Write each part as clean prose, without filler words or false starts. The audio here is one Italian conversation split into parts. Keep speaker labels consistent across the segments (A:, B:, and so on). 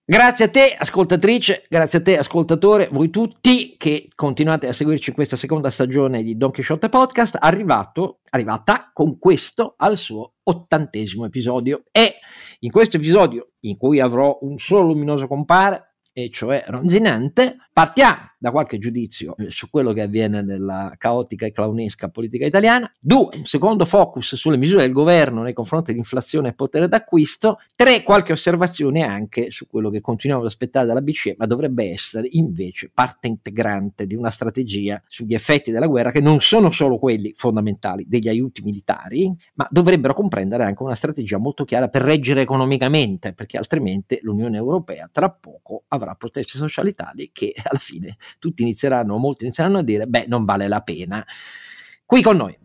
A: Grazie a te ascoltatrice, grazie a te ascoltatore, voi tutti che continuate a seguirci in questa seconda stagione di Don Chisciotte Podcast, arrivata con questo al suo 80° episodio, e in questo episodio, in cui avrò un solo luminoso compare, e cioè Ronzinante, partiamo da qualche giudizio su quello che avviene nella caotica e clownesca politica italiana. 2, un secondo focus sulle misure del governo nei confronti di inflazione e potere d'acquisto. 3, qualche osservazione anche su quello che continuiamo ad aspettare dalla BCE, ma dovrebbe essere invece parte integrante di una strategia sugli effetti della guerra, che non sono solo quelli fondamentali degli aiuti militari, ma dovrebbero comprendere anche una strategia molto chiara per reggere economicamente, perché altrimenti l'Unione Europea tra poco avrà proteste sociali tali che alla fine molti inizieranno a dire non vale la pena. Qui con noi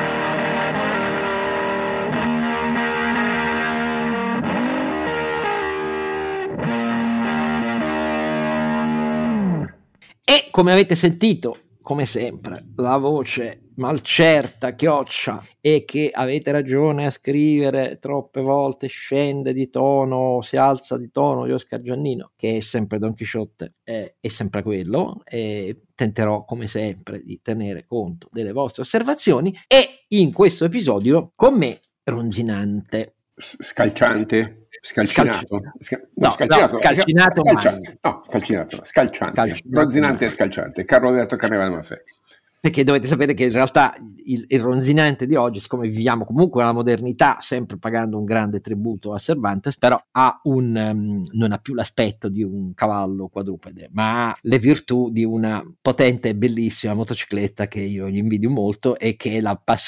A: e, come avete sentito, come sempre, la voce malcerta, chioccia, e che avete ragione a scrivere troppe volte scende di tono, si alza di tono, di Oscar Giannino, che è sempre Don Chisciotte, è sempre quello, e tenterò come sempre di tenere conto delle vostre osservazioni. E in questo episodio con me Ronzinante.
B: Scalciante? Scalcinato? Scalciante. Ronzinante e scalciante. Carlo Alberto Carnevale Maffè.
A: Perché dovete sapere che in realtà il Ronzinante di oggi, siccome viviamo comunque nella modernità, sempre pagando un grande tributo a Cervantes, però non ha più l'aspetto di un cavallo quadrupede, ma ha le virtù di una potente e bellissima motocicletta che io gli invidio molto, e che è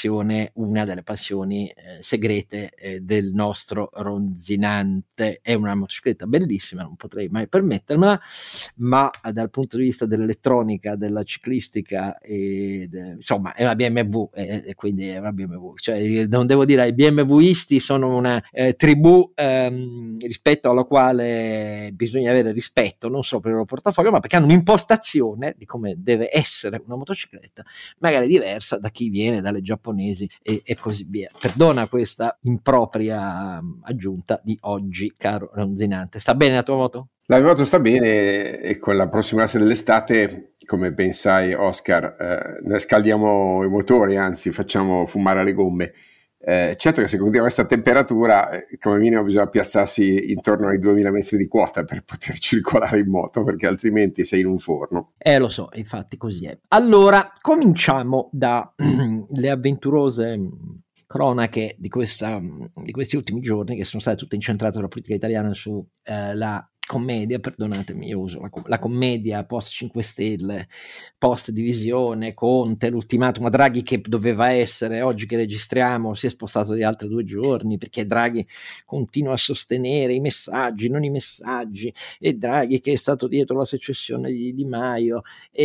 A: una delle passioni segrete del nostro Ronzinante. È una motocicletta bellissima, non potrei mai permettermela, ma dal punto di vista dell'elettronica, della ciclistica insomma è una BMW, e quindi è una BMW, cioè non devo dire, i BMWisti sono una tribù rispetto alla quale bisogna avere rispetto, non solo per il loro portafoglio, ma perché hanno un'impostazione di come deve essere una motocicletta magari diversa da chi viene dalle giapponesi e così via. Perdona questa impropria aggiunta di oggi, caro Ronzinante. Sta bene la tua moto?
B: La mia moto sta bene, e con l'approssimarsi dell'estate, come ben sai Oscar, ne scaldiamo i motori, anzi facciamo fumare le gomme. Certo che se continua questa temperatura, come minimo bisogna piazzarsi intorno ai 2000 metri di quota per poter circolare in moto, perché altrimenti sei in un forno.
A: Lo so, infatti così è. Allora, cominciamo dalle avventurose cronache di questi ultimi giorni, che sono state tutte incentrate sulla politica italiana, su la commedia, perdonatemi, io uso la commedia post 5 Stelle, post divisione, Conte, l'ultimatum a Draghi, che doveva essere oggi che registriamo, si è spostato di altri 2 giorni, perché Draghi continua a sostenere i messaggi, non i messaggi, e Draghi che è stato dietro la secessione di Di Maio,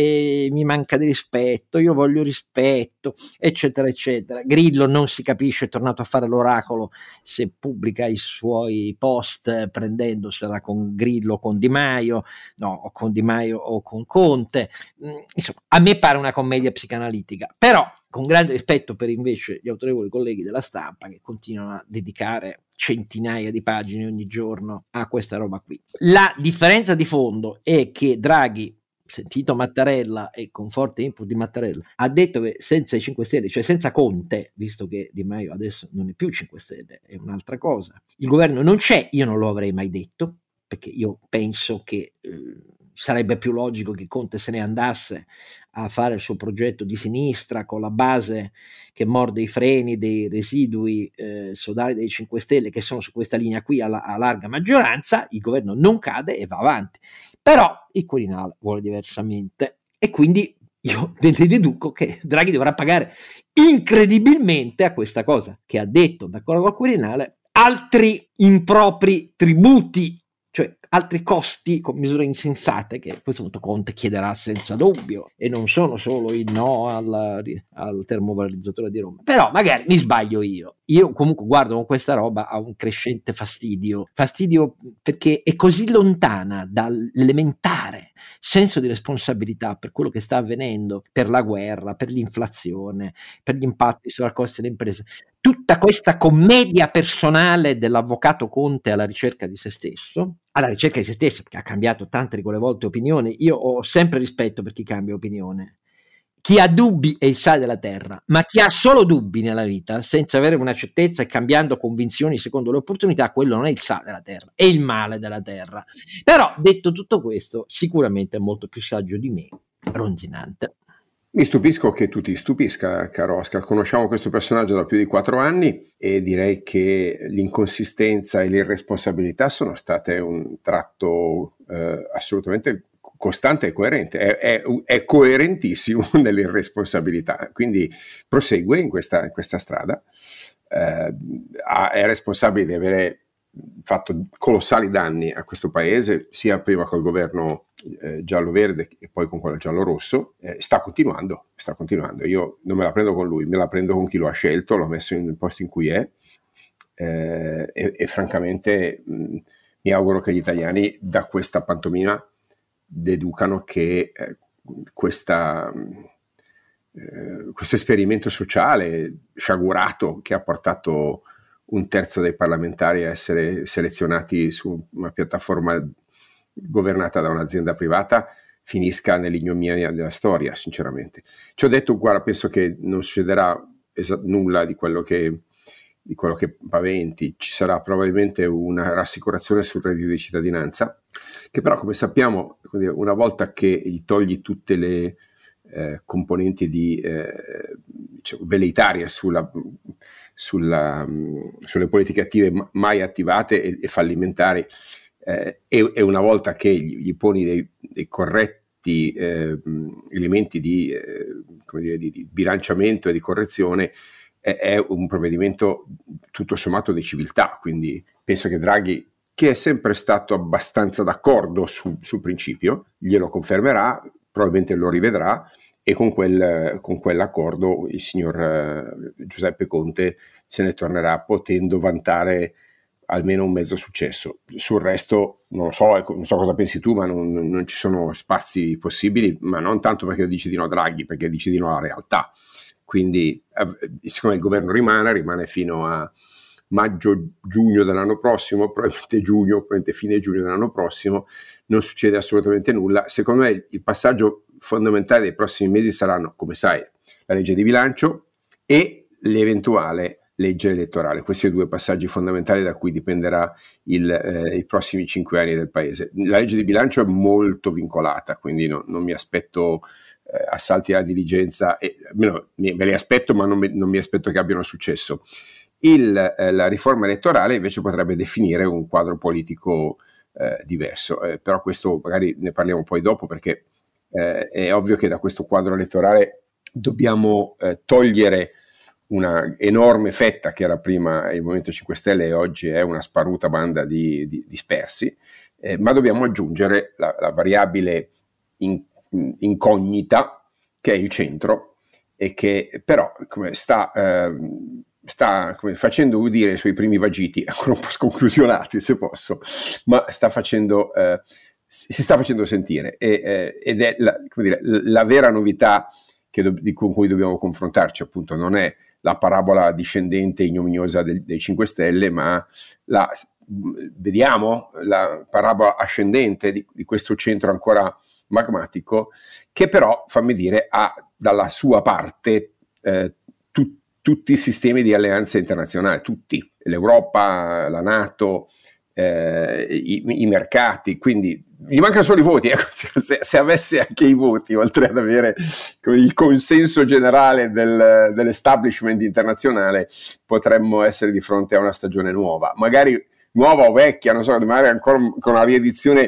A: e mi manca di rispetto, io voglio rispetto, eccetera eccetera. Grillo non si capisce, è tornato a fare l'oracolo, se pubblica i suoi post prendendosela con Grillo, con Di Maio, o con Di Maio o con Conte. Insomma, a me pare una commedia psicanalitica, però con grande rispetto per invece gli autorevoli colleghi della stampa che continuano a dedicare centinaia di pagine ogni giorno a questa roba qui. La differenza di fondo è che Draghi, sentito Mattarella e con forte input di Mattarella, ha detto che senza i 5 Stelle, cioè senza Conte, visto che Di Maio adesso non è più 5 Stelle, è un'altra cosa, il governo non c'è. Io non lo avrei mai detto, perché io penso che sarebbe più logico che Conte se ne andasse a fare il suo progetto di sinistra con la base che morde i freni dei residui sodali dei 5 Stelle, che sono su questa linea qui a larga maggioranza. Il governo non cade e va avanti, però il Quirinale vuole diversamente, e quindi io ne deduco che Draghi dovrà pagare incredibilmente a questa cosa che ha detto, d'accordo col Quirinale, altri impropri tributi, cioè altri costi con misure insensate che a questo punto Conte chiederà senza dubbio, e non sono solo il no al termovalorizzatore di Roma. Però magari mi sbaglio io comunque guardo con questa roba a un crescente fastidio perché è così lontana dall'elementare senso di responsabilità per quello che sta avvenendo, per la guerra, per l'inflazione, per gli impatti sulla costi delle imprese. Tutta questa commedia personale dell'avvocato Conte alla ricerca di se stesso, perché ha cambiato tante di quelle volte opinioni. Io ho sempre rispetto per chi cambia opinione. Chi ha dubbi è il sale della terra, ma chi ha solo dubbi nella vita, senza avere una certezza e cambiando convinzioni secondo le opportunità, quello non è il sale della terra, è il male della terra. Però, detto tutto questo, sicuramente è molto più saggio di me, Ronzinante.
B: Mi stupisco che tu ti stupisca, caro Oscar. Conosciamo questo personaggio da più di 4 anni e direi che l'inconsistenza e l'irresponsabilità sono state un tratto assolutamente costante e coerente. È coerentissimo nell'irresponsabilità, quindi prosegue in questa strada. È responsabile di avere fatto colossali danni a questo paese, sia prima col governo giallo-verde e poi con quello giallo-rosso. Sta continuando. Io non me la prendo con lui, me la prendo con chi lo ha scelto, l'ho messo nel posto in cui è, e francamente mi auguro che gli italiani da questa pantomima deducano che questo esperimento sociale sciagurato che ha portato un terzo dei parlamentari a essere selezionati su una piattaforma governata da un'azienda privata finisca nell'ignominia della storia, sinceramente. Ci ho detto, guarda, penso che non succederà nulla di quello che paventi. Ci sarà probabilmente una rassicurazione sul reddito di cittadinanza, che però, come sappiamo, una volta che gli togli tutte le componenti velleitarie sulle politiche attive mai attivate e fallimentari, e una volta che gli poni dei corretti elementi di bilanciamento e di correzione, è un provvedimento tutto sommato di civiltà. Quindi penso che Draghi, che è sempre stato abbastanza d'accordo sul principio, glielo confermerà, probabilmente lo rivedrà, e con quell'accordo il signor Giuseppe Conte se ne tornerà potendo vantare almeno un mezzo successo. Sul resto non so cosa pensi tu, ma non ci sono spazi possibili, ma non tanto perché dici di no Draghi, perché dici di no alla realtà. Quindi siccome il governo rimane fino a maggio-giugno dell'anno prossimo, probabilmente fine giugno dell'anno prossimo, non succede assolutamente nulla. Secondo me il passaggio fondamentale dei prossimi mesi saranno, come sai, la legge di bilancio e l'eventuale legge elettorale. Questi sono 2 passaggi fondamentali da cui dipenderà i prossimi 5 anni del paese. La legge di bilancio è molto vincolata, quindi non mi aspetto assalti alla diligenza, me li aspetto, ma non mi aspetto che abbiano successo. La riforma elettorale invece potrebbe definire un quadro politico diverso, però questo magari ne parliamo poi dopo, perché è ovvio che da questo quadro elettorale dobbiamo togliere una enorme fetta che era prima il Movimento 5 Stelle e oggi è una sparuta banda di dispersi, ma dobbiamo aggiungere la variabile incognita che è il centro, e che però sta facendo udire i suoi primi vagiti, ancora un po' sconclusionati se posso, ma si sta facendo sentire, ed è la vera novità con cui dobbiamo confrontarci. Appunto non è la parabola discendente ignominiosa dei 5 Stelle, ma vediamo la parabola ascendente di questo centro ancora magmatico, che però, fammi dire, ha dalla sua parte tutti i sistemi di alleanze internazionali, tutti, l'Europa, la NATO, i mercati, quindi gli mancano solo i voti. Se avesse anche i voti, oltre ad avere il consenso generale dell'establishment internazionale, potremmo essere di fronte a una stagione nuova, magari nuova o vecchia, non so, magari ancora con una riedizione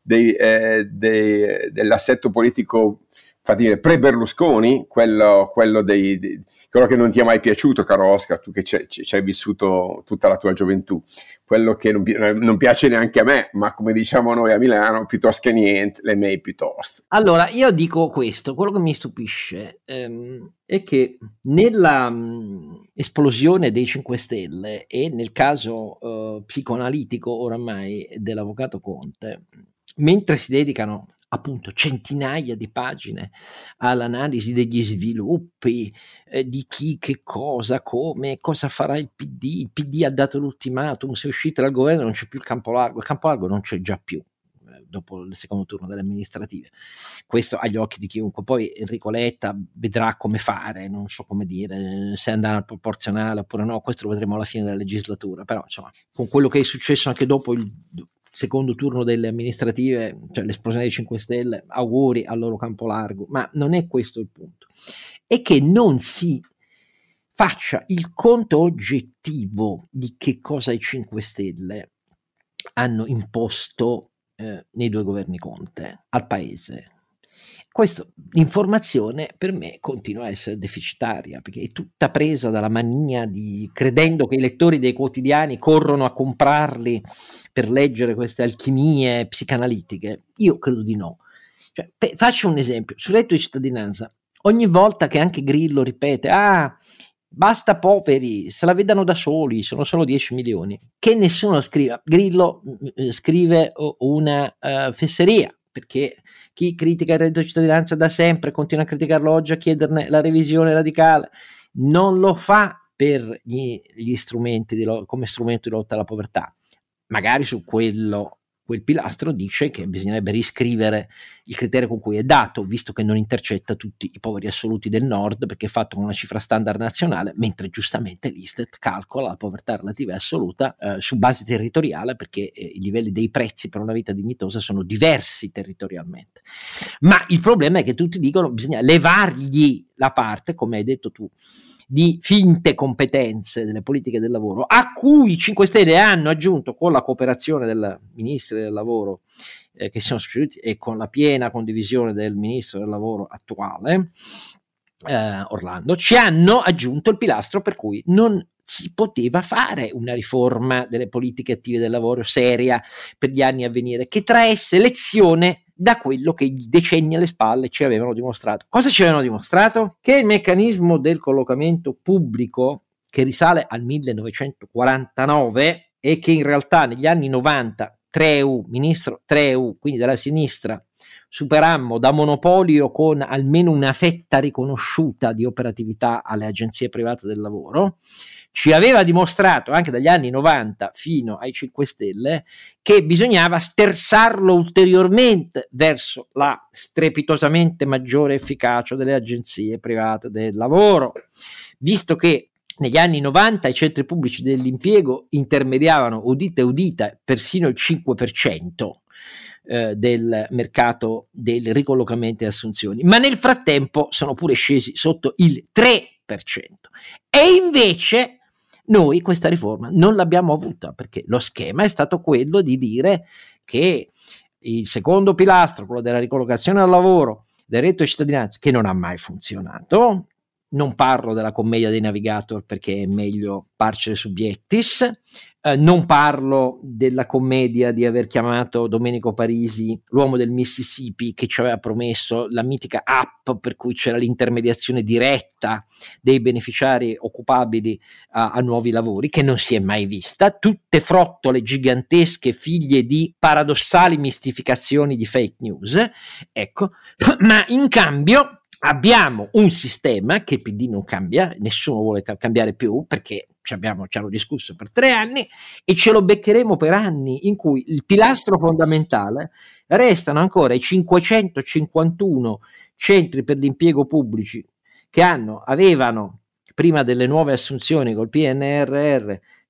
B: dell'assetto politico, fa dire, pre-Berlusconi, quello che non ti è mai piaciuto, caro Oscar, tu che ci hai vissuto tutta la tua gioventù, quello che non piace neanche a me, ma come diciamo noi a Milano, piuttosto che niente, le mei piuttosto.
A: Allora, io dico questo, quello che mi stupisce è che nella esplosione dei 5 Stelle e nel caso psicoanalitico oramai dell'avvocato Conte, mentre si dedicano appunto centinaia di pagine all'analisi degli sviluppi, di chi, che cosa, come, cosa farà il PD. Il PD ha dato l'ultimatum, se uscite dal governo non c'è più il campo largo non c'è già più dopo il secondo turno delle amministrative, questo agli occhi di chiunque. Poi Enrico Letta vedrà come fare, non so come dire, se andare al proporzionale oppure no, questo lo vedremo alla fine della legislatura, però insomma con quello che è successo anche dopo il secondo turno delle amministrative, cioè l'esplosione dei 5 Stelle, auguri al loro campo largo, ma non è questo il punto, è che non si faccia il conto oggettivo di che cosa i 5 Stelle hanno imposto nei 2 governi Conte al paese. Questa informazione per me continua a essere deficitaria, perché è tutta presa dalla mania di, credendo che i lettori dei quotidiani corrono a comprarli per leggere queste alchimie psicanalitiche. Io credo di no. Cioè, faccio un esempio, sul reddito di cittadinanza, ogni volta che anche Grillo ripete basta poveri, se la vedano da soli, sono solo 10 milioni, che nessuno scriva. Grillo scrive una fesseria, perché chi critica il reddito di cittadinanza da sempre continua a criticarlo oggi, a chiederne la revisione radicale, non lo fa per gli strumenti come strumento di lotta alla povertà. Magari su quel pilastro dice che bisognerebbe riscrivere il criterio con cui è dato, visto che non intercetta tutti i poveri assoluti del nord, perché è fatto con una cifra standard nazionale, mentre giustamente l'Istat calcola la povertà relativa e assoluta su base territoriale, perché i livelli dei prezzi per una vita dignitosa sono diversi territorialmente. Ma il problema è che tutti dicono che bisogna levargli la parte, come hai detto tu, di finte competenze delle politiche del lavoro, a cui i 5 Stelle hanno aggiunto, con la cooperazione del ministro del lavoro che sono succeduti e con la piena condivisione del ministro del lavoro attuale Orlando, ci hanno aggiunto il pilastro per cui non si poteva fare una riforma delle politiche attive del lavoro seria per gli anni a venire, che traesse lezione da quello che i decenni alle spalle ci avevano dimostrato. Cosa ci avevano dimostrato? Che il meccanismo del collocamento pubblico, che risale al 1949 e che in realtà negli anni 90 ministro Treu, quindi della sinistra, superammo da monopolio con almeno una fetta riconosciuta di operatività alle agenzie private del lavoro, ci aveva dimostrato anche dagli anni 90 fino ai 5 Stelle che bisognava sterzarlo ulteriormente verso la strepitosamente maggiore efficacia delle agenzie private del lavoro, visto che negli anni 90 i centri pubblici dell'impiego intermediavano, udite, persino il 5% del mercato del ricollocamento e assunzioni, ma nel frattempo sono pure scesi sotto il 3%. E invece noi questa riforma non l'abbiamo avuta, perché lo schema è stato quello di dire che il secondo pilastro, quello della ricollocazione al lavoro, del reddito di cittadinanza, che non ha mai funzionato. Non parlo della commedia dei navigator, perché è meglio parcere subjectis, non parlo della commedia di aver chiamato Domenico Parisi l'uomo del Mississippi, che ci aveva promesso la mitica app per cui c'era l'intermediazione diretta dei beneficiari occupabili a nuovi lavori, che non si è mai vista, tutte frottole gigantesche figlie di paradossali mistificazioni di fake news, ecco, ma in cambio abbiamo un sistema che il PD non cambia, nessuno vuole cambiare più, perché ci hanno discusso per 3 anni e ce lo beccheremo per anni, in cui il pilastro fondamentale restano ancora i 551 centri per l'impiego pubblici che avevano prima delle nuove assunzioni col PNRR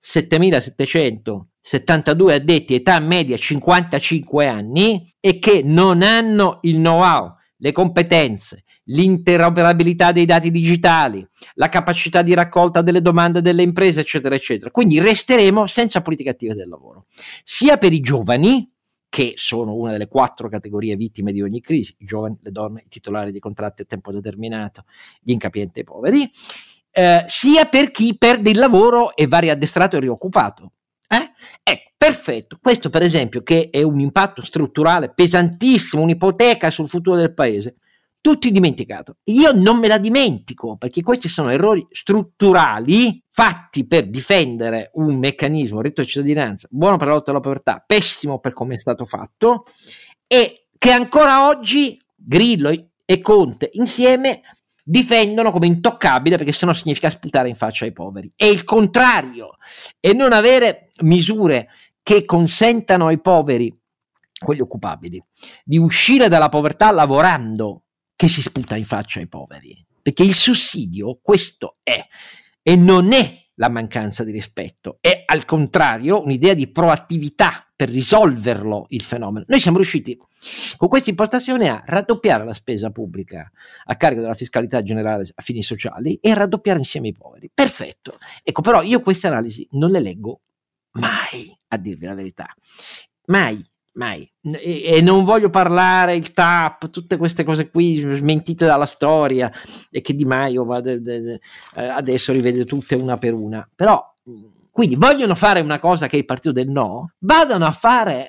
A: 7.772 addetti, età media 55 anni, e che non hanno il know-how, le competenze, l'interoperabilità dei dati digitali, la capacità di raccolta delle domande delle imprese, eccetera, eccetera. Quindi resteremo senza politiche attive del lavoro, sia per i giovani, che sono una delle 4 categorie vittime di ogni crisi: i giovani, le donne, i titolari di contratti a tempo determinato, gli incapienti e i poveri, sia per chi perde il lavoro e va riaddestrato e rioccupato. Ecco, perfetto. Questo, per esempio, che è un impatto strutturale pesantissimo, un'ipoteca sul futuro del paese, tutti dimenticato. Io non me la dimentico, perché questi sono errori strutturali fatti per difendere un meccanismo, reddito di cittadinanza, buono per la lotta alla povertà, pessimo per come è stato fatto, e che ancora oggi Grillo e Conte insieme difendono come intoccabile, perché sennò significa sputare in faccia ai poveri. È il contrario, e non avere misure che consentano ai poveri, quelli occupabili, di uscire dalla povertà lavorando, che si sputa in faccia ai poveri, perché il sussidio questo è, e non è la mancanza di rispetto, è al contrario un'idea di proattività per risolverlo il fenomeno. Noi siamo riusciti con questa impostazione a raddoppiare la spesa pubblica a carico della fiscalità generale a fini sociali e a raddoppiare insieme i poveri. Perfetto. Ecco, però io queste analisi non le leggo mai, a dirvi la verità. Mai. E non voglio parlare il TAP, tutte queste cose qui smentite dalla storia, e che Di Maio adesso rivede tutte una per una. Però quindi vogliono fare una cosa che è il partito del no, vadano a fare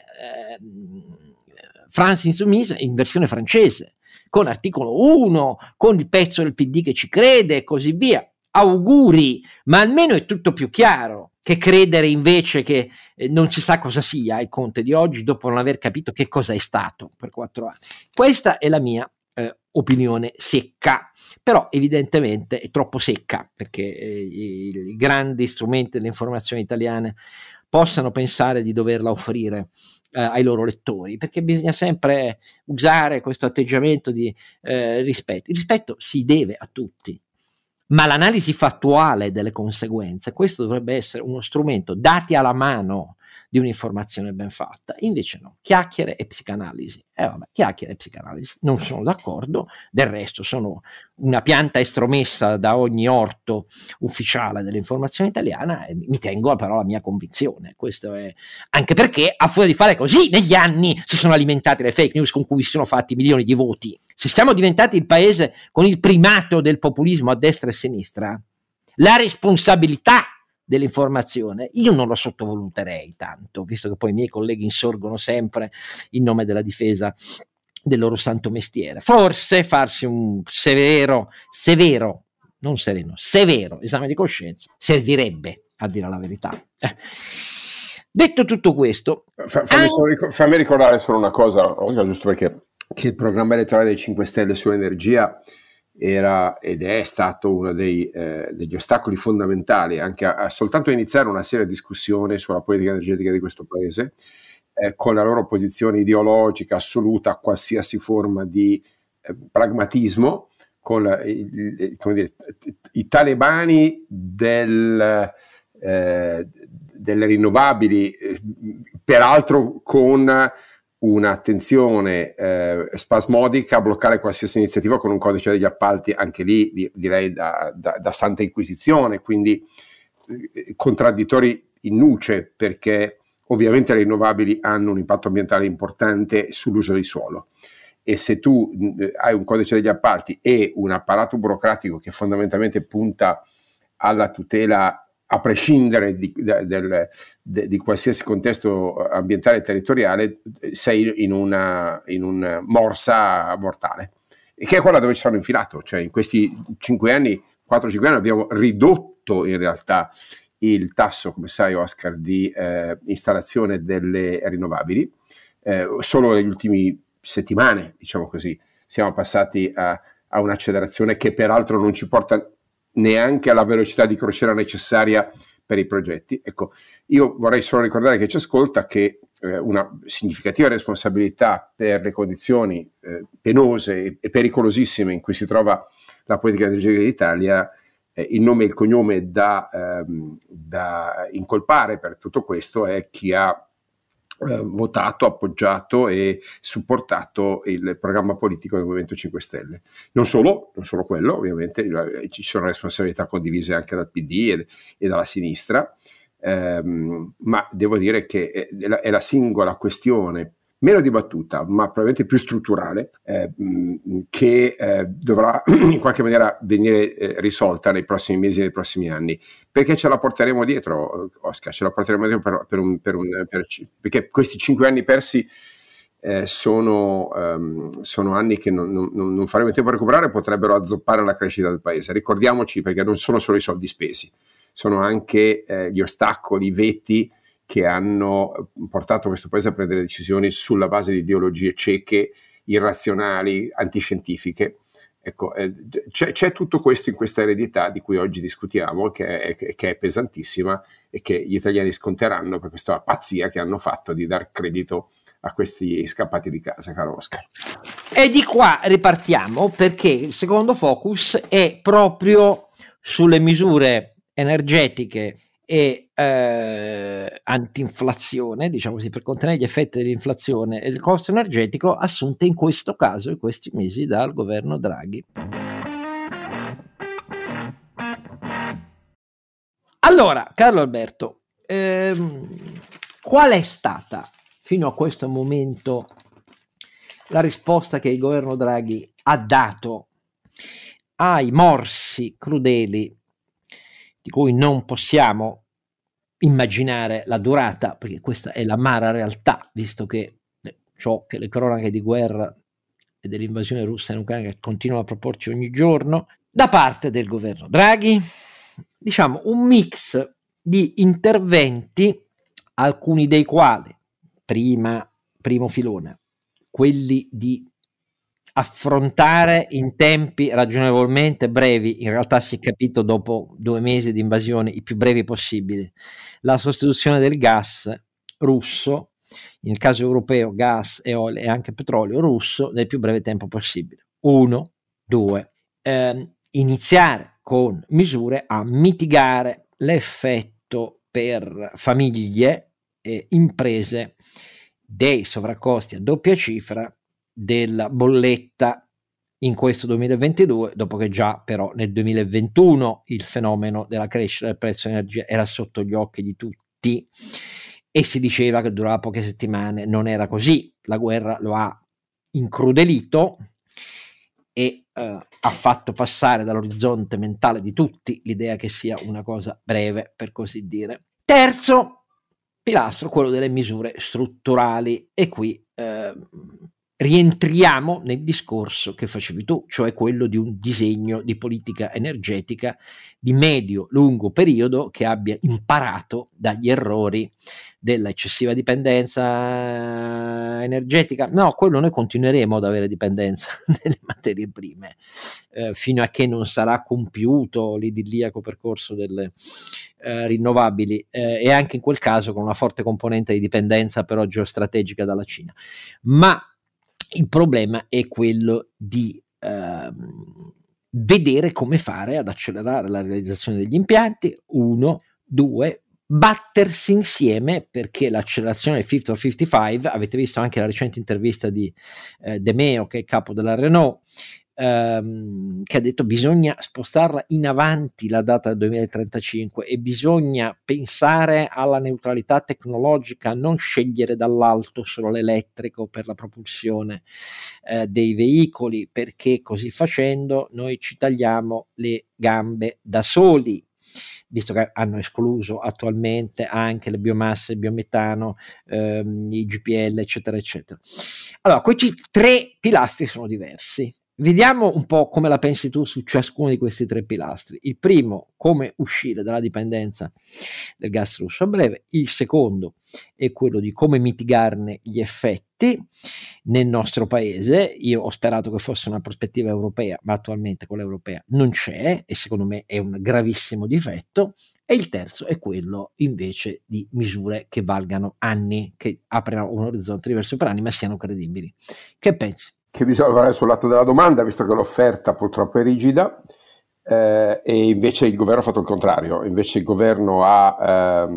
A: France Insoumise in versione francese, con articolo 1, con il pezzo del PD che ci crede e così via. Auguri, ma almeno è tutto più chiaro che credere invece che non si sa cosa sia il Conte di oggi dopo non aver capito che cosa è stato per 4 anni. Questa è la mia opinione secca, però evidentemente è troppo secca perché i grandi strumenti dell'informazione italiane possano pensare di doverla offrire ai loro lettori, perché bisogna sempre usare questo atteggiamento di rispetto. Il rispetto si deve a tutti, ma l'analisi fattuale delle conseguenze, questo dovrebbe essere uno strumento, dati alla mano, di un'informazione ben fatta. Invece no, chiacchiere e psicanalisi. Chiacchiere e psicanalisi, non sono d'accordo, del resto sono una pianta estromessa da ogni orto ufficiale dell'informazione italiana e mi tengo però alla mia convinzione. Questo è anche perché a furia di fare così negli anni si sono alimentate le fake news con cui si sono fatti milioni di voti. Se siamo diventati il paese con il primato del populismo a destra e a sinistra, la responsabilità dell'informazione io non lo sottovaluterei tanto, visto che poi i miei colleghi insorgono sempre in nome della difesa del loro santo mestiere. Forse farsi un severo, non sereno, severo esame di coscienza servirebbe, a dire la verità. Detto tutto questo,
B: fammi ricordare solo una cosa, giusto perché che il programma elettorale dei 5 Stelle sull'energia era ed è stato uno degli ostacoli fondamentali anche a soltanto iniziare una seria discussione sulla politica energetica di questo paese, con la loro posizione ideologica assoluta a qualsiasi forma di pragmatismo, con i talebani delle rinnovabili, peraltro con un'attenzione spasmodica a bloccare qualsiasi iniziativa con un codice degli appalti, anche lì direi da santa inquisizione, quindi contraddittori in nuce, perché ovviamente le rinnovabili hanno un impatto ambientale importante sull'uso del suolo, e se tu hai un codice degli appalti e un apparato burocratico che fondamentalmente punta alla tutela a prescindere di qualsiasi contesto ambientale e territoriale, sei in una morsa mortale, e che è quella dove ci hanno infilato. Cioè in questi 4-5 anni abbiamo ridotto in realtà il tasso, come sai Oscar, di installazione delle rinnovabili. Solo negli ultimi settimane, diciamo così, siamo passati a un'accelerazione che peraltro non ci porta neanche alla velocità di crociera necessaria per i progetti. Ecco, io vorrei solo ricordare che ci ascolta che una significativa responsabilità per le condizioni penose e pericolosissime in cui si trova la politica energetica d'Italia, il nome e il cognome da incolpare per tutto questo è chi ha votato, appoggiato e supportato il programma politico del Movimento 5 Stelle. Non solo quello, ovviamente ci sono responsabilità condivise anche dal PD e dalla sinistra, ma devo dire che è la singola questione meno dibattuta, ma probabilmente più strutturale, che dovrà in qualche maniera venire risolta nei prossimi mesi e nei prossimi anni, perché ce la porteremo dietro, Oscar, perché questi 5 anni persi sono anni che non faremo in tempo a recuperare, potrebbero azzoppare la crescita del paese. Ricordiamoci, perché non sono solo i soldi spesi, sono anche gli ostacoli, i veti che hanno portato questo paese a prendere decisioni sulla base di ideologie cieche, irrazionali, antiscientifiche. Ecco, c'è tutto questo in questa eredità di cui oggi discutiamo, che è pesantissima e che gli italiani sconteranno per questa pazzia che hanno fatto di dar credito a questi scappati di casa, caro Oscar.
A: E di qua ripartiamo, perché il secondo focus è proprio sulle misure energetiche e anti-inflazione, diciamo così, per contenere gli effetti dell'inflazione e del costo energetico assunte in questo caso, in questi mesi, dal governo Draghi. Allora, Carlo Alberto, qual è stata fino a questo momento la risposta che il governo Draghi ha dato ai morsi crudeli di cui non possiamo immaginare la durata, perché questa è l'amara realtà, visto che ciò che le cronache di guerra e dell'invasione russa in Ucraina continuano a proporci ogni giorno, da parte del governo Draghi, diciamo un mix di interventi, alcuni dei quali, primo filone, quelli di affrontare in tempi ragionevolmente brevi, in realtà si è capito dopo 2 mesi di invasione, i più brevi possibili, la sostituzione del gas russo, nel caso europeo gas e olio e anche petrolio russo, nel più breve tempo possibile. 1, 2, iniziare con misure a mitigare l'effetto per famiglie e imprese dei sovraccosti a doppia cifra della bolletta in questo 2022, dopo che già però nel 2021 il fenomeno della crescita del prezzo dell'energia era sotto gli occhi di tutti e si diceva che durava poche settimane. Non era così, la guerra lo ha incrudelito e ha fatto passare dall'orizzonte mentale di tutti l'idea che sia una cosa breve, per così dire. Terzo pilastro, quello delle misure strutturali, e qui rientriamo nel discorso che facevi tu, cioè quello di un disegno di politica energetica di medio-lungo periodo che abbia imparato dagli errori della eccessiva dipendenza energetica. No, quello noi continueremo ad avere dipendenza delle materie prime fino a che non sarà compiuto l'idilliaco percorso delle rinnovabili e anche in quel caso con una forte componente di dipendenza però geostrategica dalla Cina. Ma il problema è quello di vedere come fare ad accelerare la realizzazione degli impianti. 1, 2, battersi insieme, perché l'accelerazione del 50 or 55, avete visto anche la recente intervista di De Meo, che è capo della Renault, che ha detto bisogna spostarla in avanti la data del 2035 e bisogna pensare alla neutralità tecnologica, non scegliere dall'alto solo l'elettrico per la propulsione dei veicoli, perché così facendo noi ci tagliamo le gambe da soli, visto che hanno escluso attualmente anche le biomasse, il biometano, i GPL, eccetera, eccetera. Allora, questi 3 pilastri sono diversi. Vediamo un po' come la pensi tu su ciascuno di questi 3 pilastri. Il primo, come uscire dalla dipendenza del gas russo a breve. Il secondo è quello di come mitigarne gli effetti nel nostro paese. Io ho sperato che fosse una prospettiva europea, ma attualmente quella europea non c'è e secondo me è un gravissimo difetto. E il terzo è quello invece di misure che valgano anni, che aprono un orizzonte diverso per anni, ma siano credibili. Che pensi?
B: Che bisogna lavorare sul lato della domanda, visto che l'offerta purtroppo è rigida, e invece il governo ha fatto il contrario. Invece il governo ha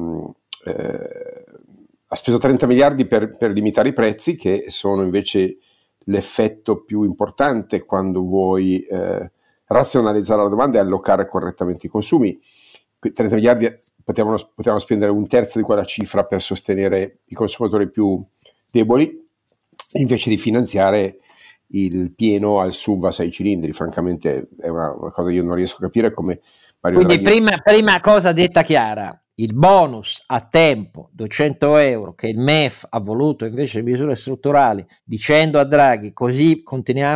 B: speso 30 miliardi per limitare i prezzi, che sono invece l'effetto più importante quando vuoi razionalizzare la domanda e allocare correttamente i consumi. 30 miliardi potevano spendere un terzo di quella cifra per sostenere i consumatori più deboli, invece di finanziare il pieno al SUV a 6 cilindri. Francamente è una cosa che io non riesco a capire come Mario
A: Quindi
B: Draghi...
A: prima cosa detta chiara, il bonus a tempo 200 euro che il MEF ha voluto invece misure strutturali, dicendo a Draghi così continuiamo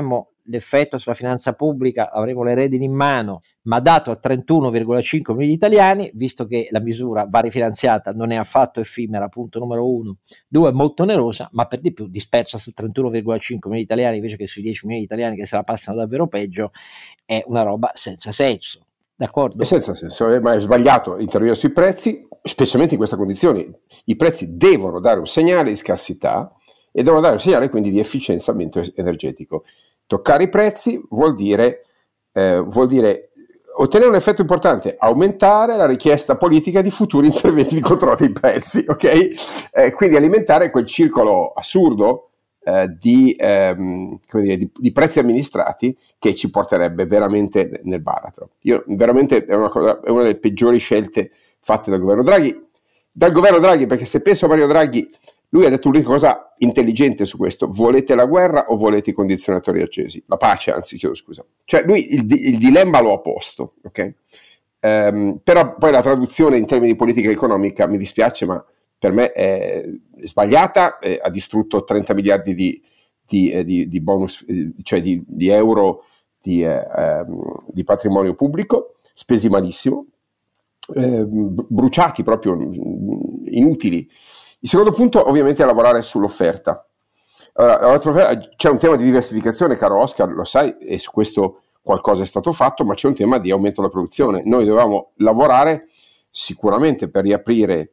A: l'effetto sulla finanza pubblica, avremo le redini in mano, ma dato a 31,5 milioni di italiani, visto che la misura va rifinanziata, non è affatto effimera, punto numero 1, 2 è molto onerosa, ma per di più dispersa su 31,5 milioni di italiani invece che sui 10 milioni di italiani che se la passano davvero peggio, è una roba senza senso. D'accordo?
B: È senza senso, ma è sbagliato intervenire sui prezzi, specialmente in queste condizioni. I prezzi devono dare un segnale di scarsità e devono dare un segnale quindi di efficienziamento energetico. Toccare i prezzi vuol dire ottenere un effetto importante, aumentare la richiesta politica di futuri interventi di controllo dei prezzi, ok? Quindi alimentare quel circolo assurdo di prezzi amministrati che ci porterebbe veramente nel baratro. Io veramente è una delle peggiori scelte fatte dal governo Draghi, perché se penso a Mario Draghi, lui ha detto l'unica cosa intelligente su questo: volete la guerra o volete i condizionatori accesi? La pace, anzi, chiedo scusa. Cioè lui il dilemma lo ha posto, ok? Però poi la traduzione in termini di politica economica, mi dispiace, ma per me è sbagliata, ha distrutto 30 miliardi di bonus, cioè di euro di patrimonio pubblico, spesi malissimo, bruciati proprio, inutili. Il secondo punto ovviamente è lavorare sull'offerta. Allora, c'è un tema di diversificazione, caro Oscar, lo sai, e su questo qualcosa è stato fatto, ma c'è un tema di aumento della produzione. Noi dovevamo lavorare sicuramente per riaprire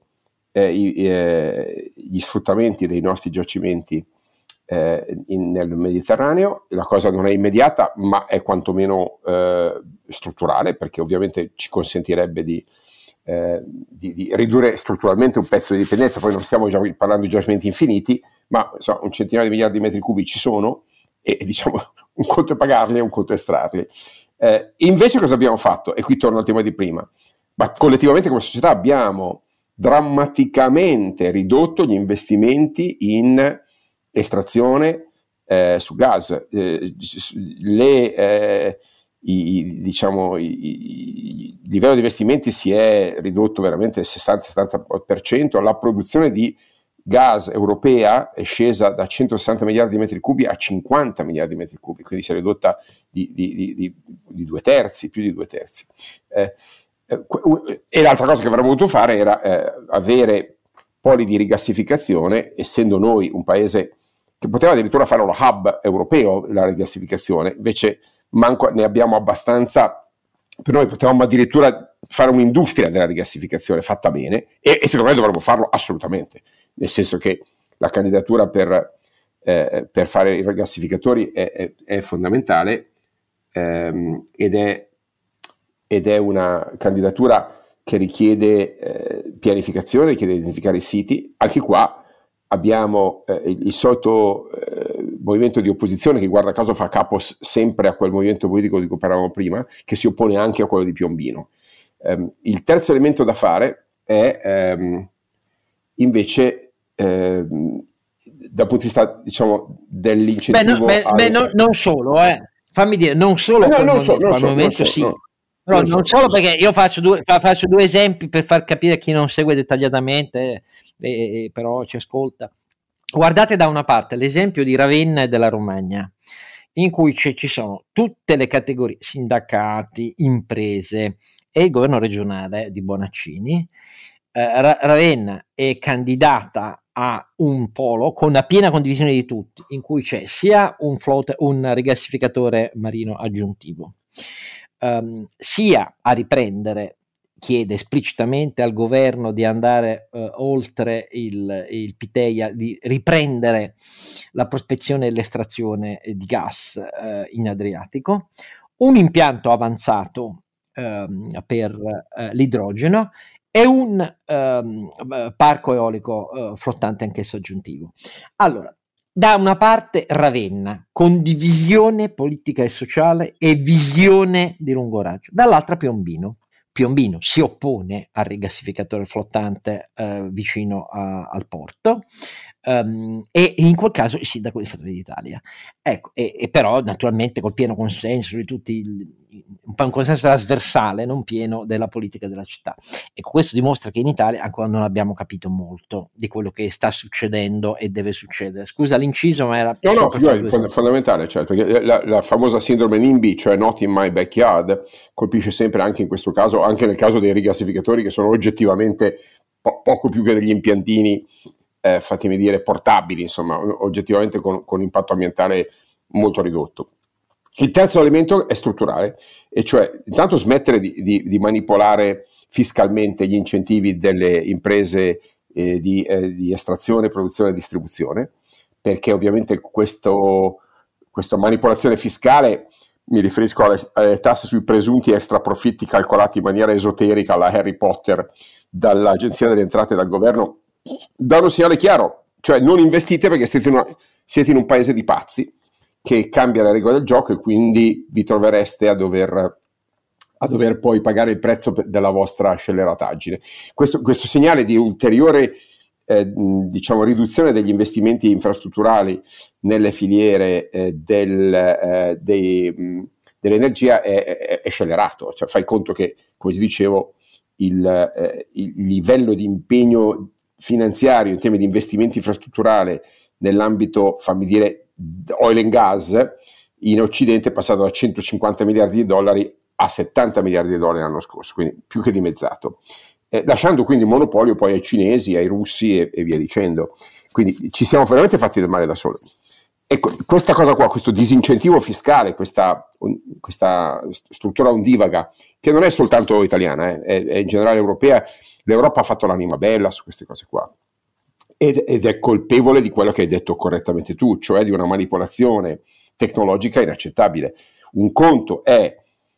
B: gli sfruttamenti dei nostri giacimenti nel Mediterraneo. La cosa non è immediata, ma è quantomeno strutturale, perché ovviamente ci consentirebbe di ridurre strutturalmente un pezzo di dipendenza. Poi non stiamo già parlando di giacimenti infiniti, ma insomma, un centinaio di miliardi di metri cubi ci sono, e diciamo un conto è pagarli e un conto è estrarli. Invece cosa abbiamo fatto? E qui torno al tema di prima, ma collettivamente come società abbiamo drammaticamente ridotto gli investimenti in estrazione su gas. Il livello di investimenti si è ridotto veramente del 60-70%, la produzione di gas europea è scesa da 160 miliardi di metri cubi a 50 miliardi di metri cubi, quindi si è ridotta di 2/3, più di 2/3. E l'altra cosa che avremmo voluto fare era avere poli di rigassificazione, essendo noi un paese che poteva addirittura fare lo hub europeo, la rigassificazione, invece manco ne abbiamo abbastanza. Per noi potevamo addirittura fare un'industria della rigassificazione fatta bene, e secondo me dovremmo farlo assolutamente, nel senso che la candidatura per fare i rigassificatori è fondamentale, ed è una candidatura che richiede pianificazione, richiede identificare i siti. Anche qua abbiamo il solito movimento di opposizione che guarda caso fa capo sempre a quel movimento politico di cui parlavamo prima, che si oppone anche a quello di Piombino. Il terzo elemento da fare è invece dal punto di vista, diciamo, dell'incentivo
A: non solo, fammi dire, non solo al momento sì. No, non solo perché io faccio due esempi per far capire a chi non segue dettagliatamente, però ci ascolta. Guardate da una parte l'esempio di Ravenna e della Romagna, in cui ci sono tutte le categorie, sindacati, imprese e il governo regionale di Bonaccini. Ravenna è candidata a un polo con la piena condivisione di tutti, in cui c'è sia un rigassificatore marino aggiuntivo, sia a riprendere, chiede esplicitamente al governo di andare oltre il Piteia, di riprendere la prospezione e l'estrazione di gas in Adriatico, un impianto avanzato per l'idrogeno e un parco eolico flottante anch'esso aggiuntivo. Allora, da una parte Ravenna, condivisione politica e sociale e visione di lungo raggio, dall'altra Piombino si oppone al rigassificatore flottante vicino al porto, e in quel caso il sindaco di Fratelli d'Italia. Ecco, e però naturalmente col pieno consenso di tutti, un po' un consenso trasversale, non pieno, della politica della città. Ecco, questo dimostra che in Italia ancora non abbiamo capito molto di quello che sta succedendo e deve succedere. Scusa l'inciso, ma era
B: No, fondamentale, certo, perché la famosa sindrome NIMBY, cioè not in my backyard, colpisce sempre anche in questo caso, anche nel caso dei rigassificatori che sono oggettivamente poco più che degli impiantini, fatemi dire, portabili, insomma, oggettivamente con impatto ambientale molto ridotto. Il terzo elemento è strutturale, e cioè intanto smettere di manipolare fiscalmente gli incentivi delle imprese di estrazione, produzione e distribuzione, perché ovviamente questa manipolazione fiscale, mi riferisco alle tasse sui presunti extra profitti calcolati in maniera esoterica alla Harry Potter dall'Agenzia delle Entrate e dal governo, danno un segnale chiaro, cioè non investite perché siete in un paese di pazzi che cambia le regole del gioco, e quindi vi trovereste a dover poi pagare il prezzo della vostra scellerataggine. Questo segnale di ulteriore riduzione degli investimenti infrastrutturali nelle filiere dell'energia è scellerato. Cioè, fai conto che, come ti dicevo, il livello di impegno finanziario in termini di investimenti infrastrutturali nell'ambito, fammi dire, oil and gas in Occidente è passato da 150 miliardi di dollari a 70 miliardi di dollari l'anno scorso, quindi più che dimezzato, lasciando quindi il monopolio poi ai cinesi, ai russi e via dicendo. Quindi ci siamo veramente fatti del male da soli. Ecco, questa cosa qua, questo disincentivo fiscale, questa struttura ondivaga, che non è soltanto italiana, è in generale europea. L'Europa ha fatto l'anima bella su queste cose qua, ed è colpevole di quello che hai detto correttamente tu, cioè di una manipolazione tecnologica inaccettabile. Un conto è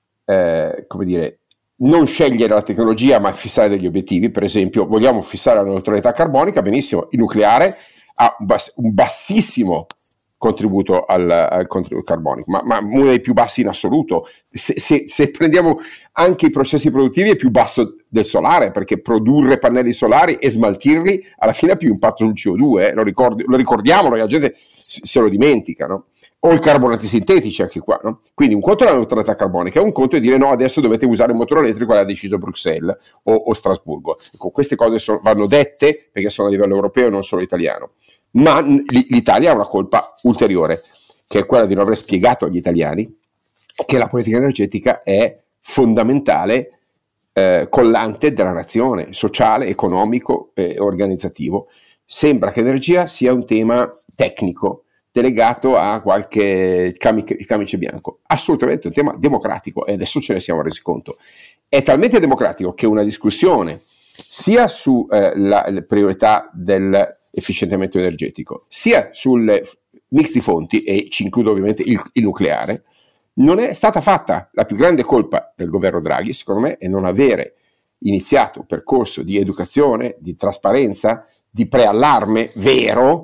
B: non scegliere la tecnologia ma fissare degli obiettivi. Per esempio, vogliamo fissare la neutralità carbonica, benissimo, il nucleare ha un bassissimo contributo al contributo carbonico, ma uno dei più bassi in assoluto. Se prendiamo anche i processi produttivi, è più basso del solare, perché produrre pannelli solari e smaltirli alla fine ha più impatto sul CO2, lo ricordiamolo, la gente se lo dimentica, no? O i carbonati sintetici anche qua, no? Quindi un conto è la neutralità carbonica, un conto è dire no, adesso dovete usare il motore elettrico, l'ha deciso Bruxelles o Strasburgo. Ecco, queste cose vanno dette perché sono a livello europeo e non solo italiano. Ma l'Italia ha una colpa ulteriore, che è quella di non aver spiegato agli italiani che la politica energetica è fondamentale, collante della nazione, sociale, economico e organizzativo. Sembra che energia sia un tema tecnico delegato a qualche camice bianco. Assolutamente un tema democratico, e adesso ce ne siamo resi conto. È talmente democratico che una discussione sia su la priorità dell'efficientamento energetico, sia sul mix di fonti, e ci includo ovviamente il nucleare, non è stata fatta. La più grande colpa del governo Draghi, secondo me, è non avere iniziato un percorso di educazione, di trasparenza, di preallarme vero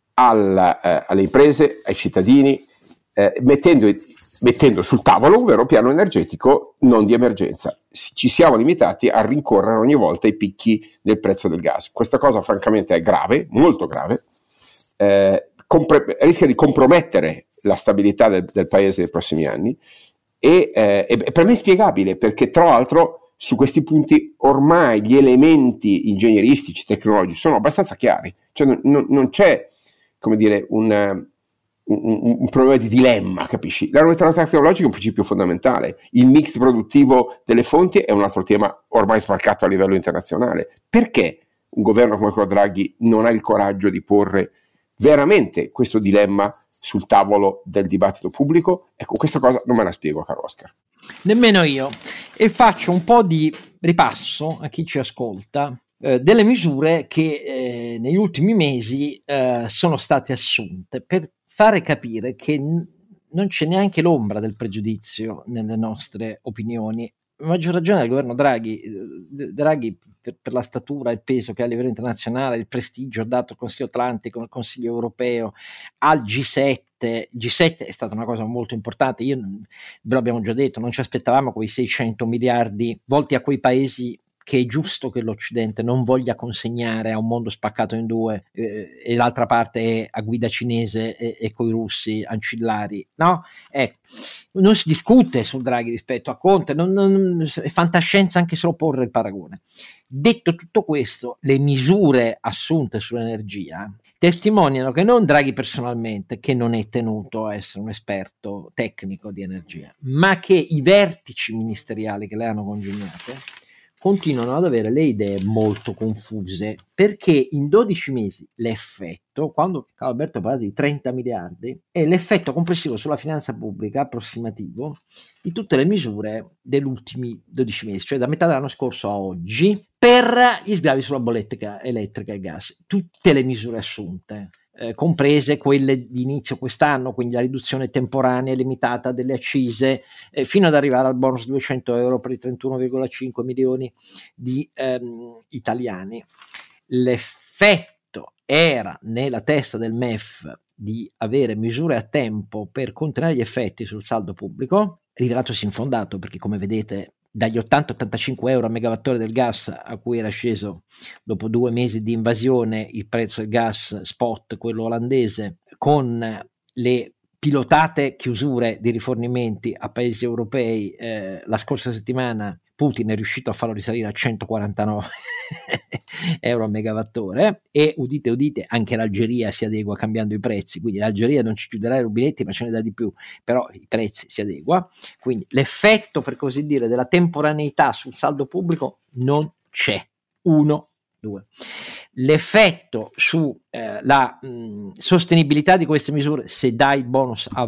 B: alle imprese, ai cittadini, mettendo sul tavolo un vero piano energetico non di emergenza. Ci siamo limitati a rincorrere ogni volta i picchi del prezzo del gas. Questa cosa francamente è grave, molto grave, rischia di compromettere la stabilità del paese nei prossimi anni, e per me è inspiegabile, perché tra l'altro su questi punti ormai gli elementi ingegneristici, tecnologici sono abbastanza chiari, cioè non c'è, come dire, un problema di dilemma, capisci? La neutralità tecnologica è un principio fondamentale, il mix produttivo delle fonti è un altro tema ormai smarcato a livello internazionale. Perché un governo come quello Draghi non ha il coraggio di porre veramente questo dilemma sul tavolo del dibattito pubblico? Ecco, questa cosa non me la spiego, caro Oscar.
A: Nemmeno io, e faccio un po' di ripasso a chi ci ascolta delle misure che negli ultimi mesi sono state assunte per fare capire che non c'è neanche l'ombra del pregiudizio nelle nostre opinioni. A maggior ragione del governo Draghi. Draghi per la statura e il peso che ha a livello internazionale, il prestigio dato al Consiglio Atlantico, al Consiglio Europeo, al G7. Il G7 è stata una cosa molto importante. Ve l'abbiamo già detto, non ci aspettavamo quei 600 miliardi volti a quei paesi che è giusto che l'Occidente non voglia consegnare a un mondo spaccato in due, e l'altra parte è a guida cinese e coi russi ancillari, no? Ecco, non si discute su Draghi rispetto a Conte, è fantascienza anche solo porre il paragone. Detto tutto questo, le misure assunte sull'energia testimoniano che non Draghi personalmente, che non è tenuto a essere un esperto tecnico di energia, ma che i vertici ministeriali che le hanno congegnate continuano ad avere le idee molto confuse, perché in 12 mesi l'effetto, quando Alberto parla di 30 miliardi, è l'effetto complessivo sulla finanza pubblica approssimativo di tutte le misure degli ultimi 12 mesi, cioè da metà dell'anno scorso a oggi, per gli sgravi sulla bolletta elettrica e gas, tutte le misure assunte, comprese quelle di inizio quest'anno, quindi la riduzione temporanea e limitata delle accise, fino ad arrivare al bonus 200 euro per i 31,5 milioni di italiani. L'effetto era nella testa del MEF di avere misure a tempo per contenere gli effetti sul saldo pubblico, rivelatosi infondato, perché come vedete dagli 80-85 euro a megawattora del gas, a cui era sceso dopo 2 mesi di invasione il prezzo del gas spot, quello olandese, con le pilotate chiusure di rifornimenti a paesi europei, la scorsa settimana Putin è riuscito a farlo risalire a 149 euro a megawattore, e udite udite anche l'Algeria si adegua cambiando i prezzi, quindi l'Algeria non ci chiuderà i rubinetti ma ce ne dà di più, però i prezzi si adegua, quindi l'effetto, per così dire, della temporaneità sul saldo pubblico non c'è. 1, 2. L'effetto su la sostenibilità di queste misure, se dai il bonus a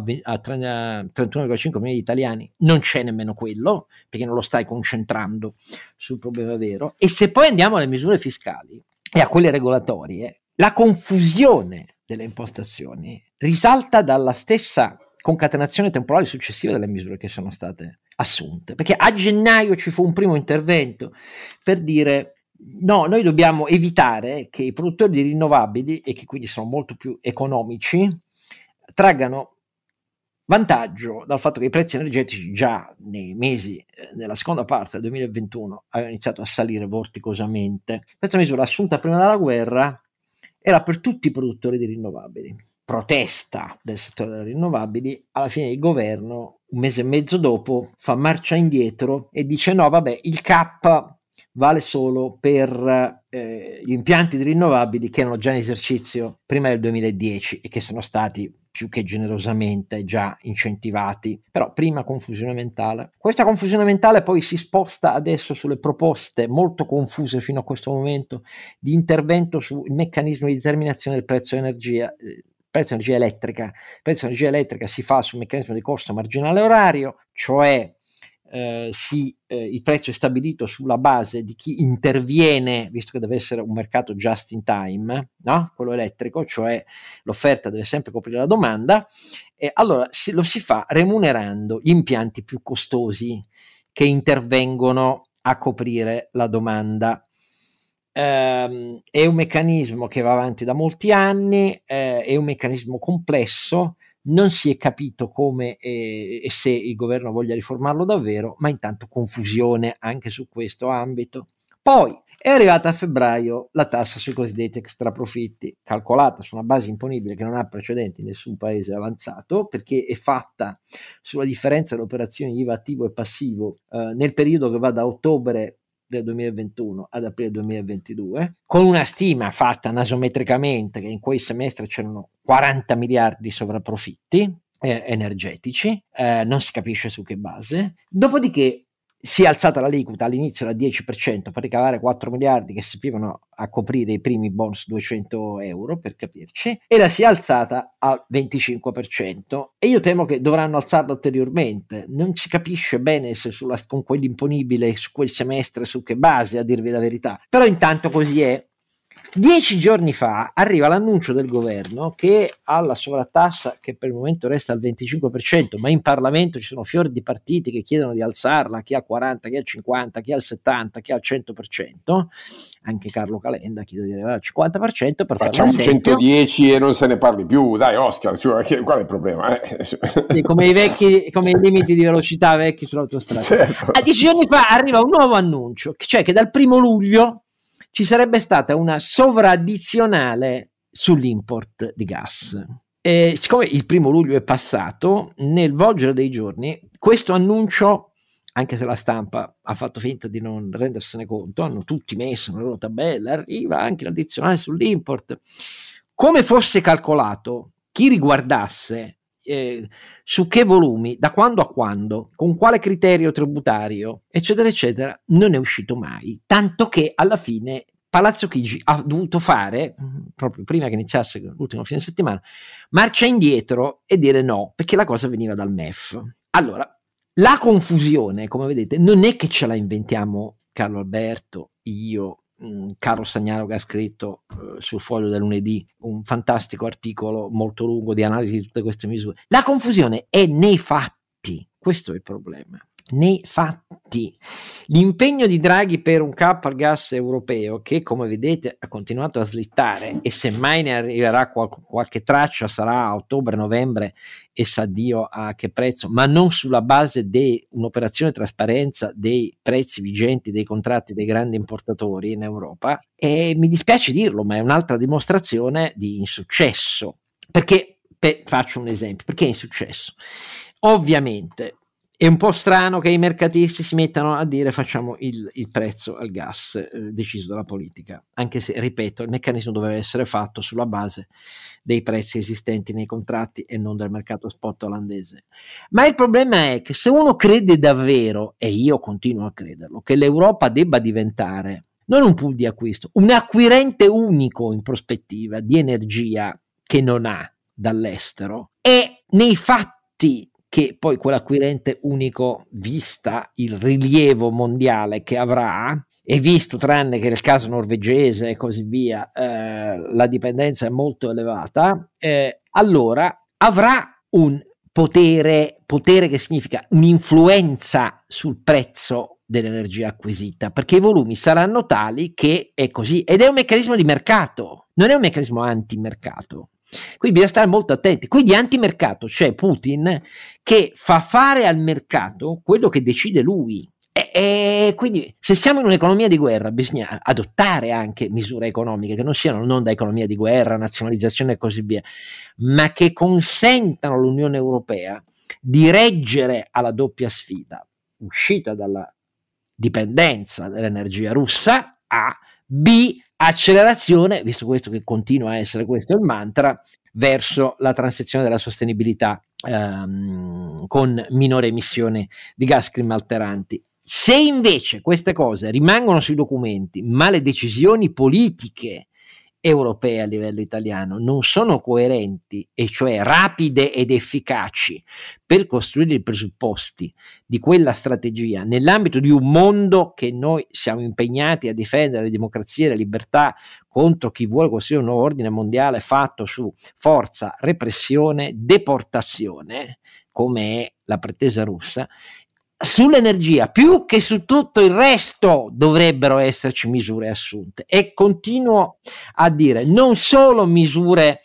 A: 31,5 milioni di italiani, non c'è nemmeno quello, perché non lo stai concentrando sul problema vero. E se poi andiamo alle misure fiscali e a quelle regolatorie, la confusione delle impostazioni risalta dalla stessa concatenazione temporale successiva delle misure che sono state assunte, perché a gennaio ci fu un primo intervento per dire: no, noi dobbiamo evitare che i produttori di rinnovabili, e che quindi sono molto più economici, traggano vantaggio dal fatto che i prezzi energetici già nei mesi nella seconda parte del 2021 avevano iniziato a salire vorticosamente. Questa misura, assunta prima della guerra, era per tutti i produttori di rinnovabili. Protesta del settore delle rinnovabili, alla fine il governo, un mese e mezzo dopo, fa marcia indietro e dice: no, vabbè, il cap vale solo per gli impianti di rinnovabili che erano già in esercizio prima del 2010 e che sono stati più che generosamente già incentivati. Però prima confusione mentale. Questa confusione mentale poi si sposta adesso sulle proposte molto confuse fino a questo momento di intervento sul meccanismo di determinazione del prezzo energia. Prezzo energia elettrica. Il prezzo energia elettrica si fa sul meccanismo di costo marginale orario, cioè il prezzo è stabilito sulla base di chi interviene, visto che deve essere un mercato just in time, no? Quello elettrico, cioè l'offerta deve sempre coprire la domanda, e allora lo si fa remunerando gli impianti più costosi che intervengono a coprire la domanda. È un meccanismo che va avanti da molti anni, è un meccanismo complesso. Non si è capito come e se il governo voglia riformarlo davvero, ma intanto confusione anche su questo ambito. Poi è arrivata a febbraio la tassa sui cosiddetti extraprofitti, calcolata su una base imponibile che non ha precedenti in nessun paese avanzato, perché è fatta sulla differenza delle operazioni IVA attivo e passivo nel periodo che va da ottobre del 2021 ad aprile 2022, con una stima fatta nasometricamente che in quei semestri c'erano 40 miliardi di sovrapprofitti energetici, non si capisce su che base. Dopodiché si è alzata l'aliquota all'inizio al 10% per ricavare 4 miliardi che servivano a coprire i primi bonus 200 euro, per capirci, e la si è alzata al 25%, e io temo che dovranno alzarla ulteriormente. Non si capisce bene se con quell'imponibile su quel semestre su che base, a dirvi la verità, però intanto così è. 10 giorni fa arriva l'annuncio del governo che alla sovrattassa, che per il momento resta al 25%, ma in Parlamento ci sono fior di partiti che chiedono di alzarla, chi al 40, chi al 50, chi al 70, chi al 100%, anche Carlo Calenda chiede di arrivare al 50% per
B: facciamo
A: fare
B: 110 e non se ne parli più, dai Oscar, qual è il problema?
A: Sì, come i limiti di velocità vecchi sull'autostrada.
B: Certo.
A: A 10 giorni fa arriva un nuovo annuncio, cioè che dal 1 luglio ci sarebbe stata una sovraddizionale sull'import di gas. E siccome il 1 luglio è passato, nel volgere dei giorni, questo annuncio, anche se la stampa ha fatto finta di non rendersene conto, hanno tutti messo una loro tabella, arriva anche l'addizionale sull'import. Come fosse calcolato, chi riguardasse su che volumi, da quando a quando, con quale criterio tributario, eccetera, eccetera, non è uscito mai. Tanto che alla fine Palazzo Chigi ha dovuto fare, proprio prima che iniziasse l'ultimo fine settimana, marcia indietro e dire no, perché la cosa veniva dal MEF. Allora, la confusione, come vedete, non è che ce la inventiamo Carlo Alberto, io, Carlo Stagnaro, che ha scritto sul Foglio del lunedì un fantastico articolo molto lungo di analisi di tutte queste misure. La confusione è nei fatti, questo è il problema. Nei fatti, l'impegno di Draghi per un cap al gas europeo, che come vedete ha continuato a slittare e semmai ne arriverà qualche traccia, sarà a ottobre-novembre e sa Dio a che prezzo, ma non sulla base di un'operazione trasparenza dei prezzi vigenti dei contratti dei grandi importatori in Europa. E mi dispiace dirlo, ma è un'altra dimostrazione di insuccesso. Perché, faccio un esempio, perché è insuccesso? Ovviamente è un po' strano che i mercatisti si mettano a dire facciamo il prezzo al gas deciso dalla politica, anche se, ripeto, il meccanismo doveva essere fatto sulla base dei prezzi esistenti nei contratti e non del mercato spot olandese. Ma il problema è che se uno crede davvero, e io continuo a crederlo, che l'Europa debba diventare non un pool di acquisto, un acquirente unico in prospettiva di energia che non ha dall'estero, e nei fatti che poi quell'acquirente unico, vista il rilievo mondiale che avrà, e visto, tranne che nel caso norvegese e così via, la dipendenza è molto elevata, allora avrà un potere che significa un'influenza sul prezzo dell'energia acquisita, perché i volumi saranno tali che è così, ed è un meccanismo di mercato, non è un meccanismo antimercato. Quindi bisogna stare molto attenti. Quindi antimercato c'è Putin che fa fare al mercato quello che decide lui. E quindi se siamo in un'economia di guerra bisogna adottare anche misure economiche che non siano non da economia di guerra, nazionalizzazione e così via, ma che consentano all'Unione Europea di reggere alla doppia sfida, uscita dalla dipendenza dell'energia russa, A, B, accelerazione, visto questo che continua a essere questo il mantra, verso la transizione della sostenibilità con minore emissione di gas climalteranti. Se invece queste cose rimangono sui documenti, ma le decisioni politiche europee a livello italiano non sono coerenti, e cioè rapide ed efficaci per costruire i presupposti di quella strategia nell'ambito di un mondo che noi siamo impegnati a difendere, le democrazie e le libertà, contro chi vuole costruire un nuovo ordine mondiale fatto su forza, repressione, deportazione, come è la pretesa russa. Sull'energia, più che su tutto il resto, dovrebbero esserci misure assunte, e continuo a dire non solo misure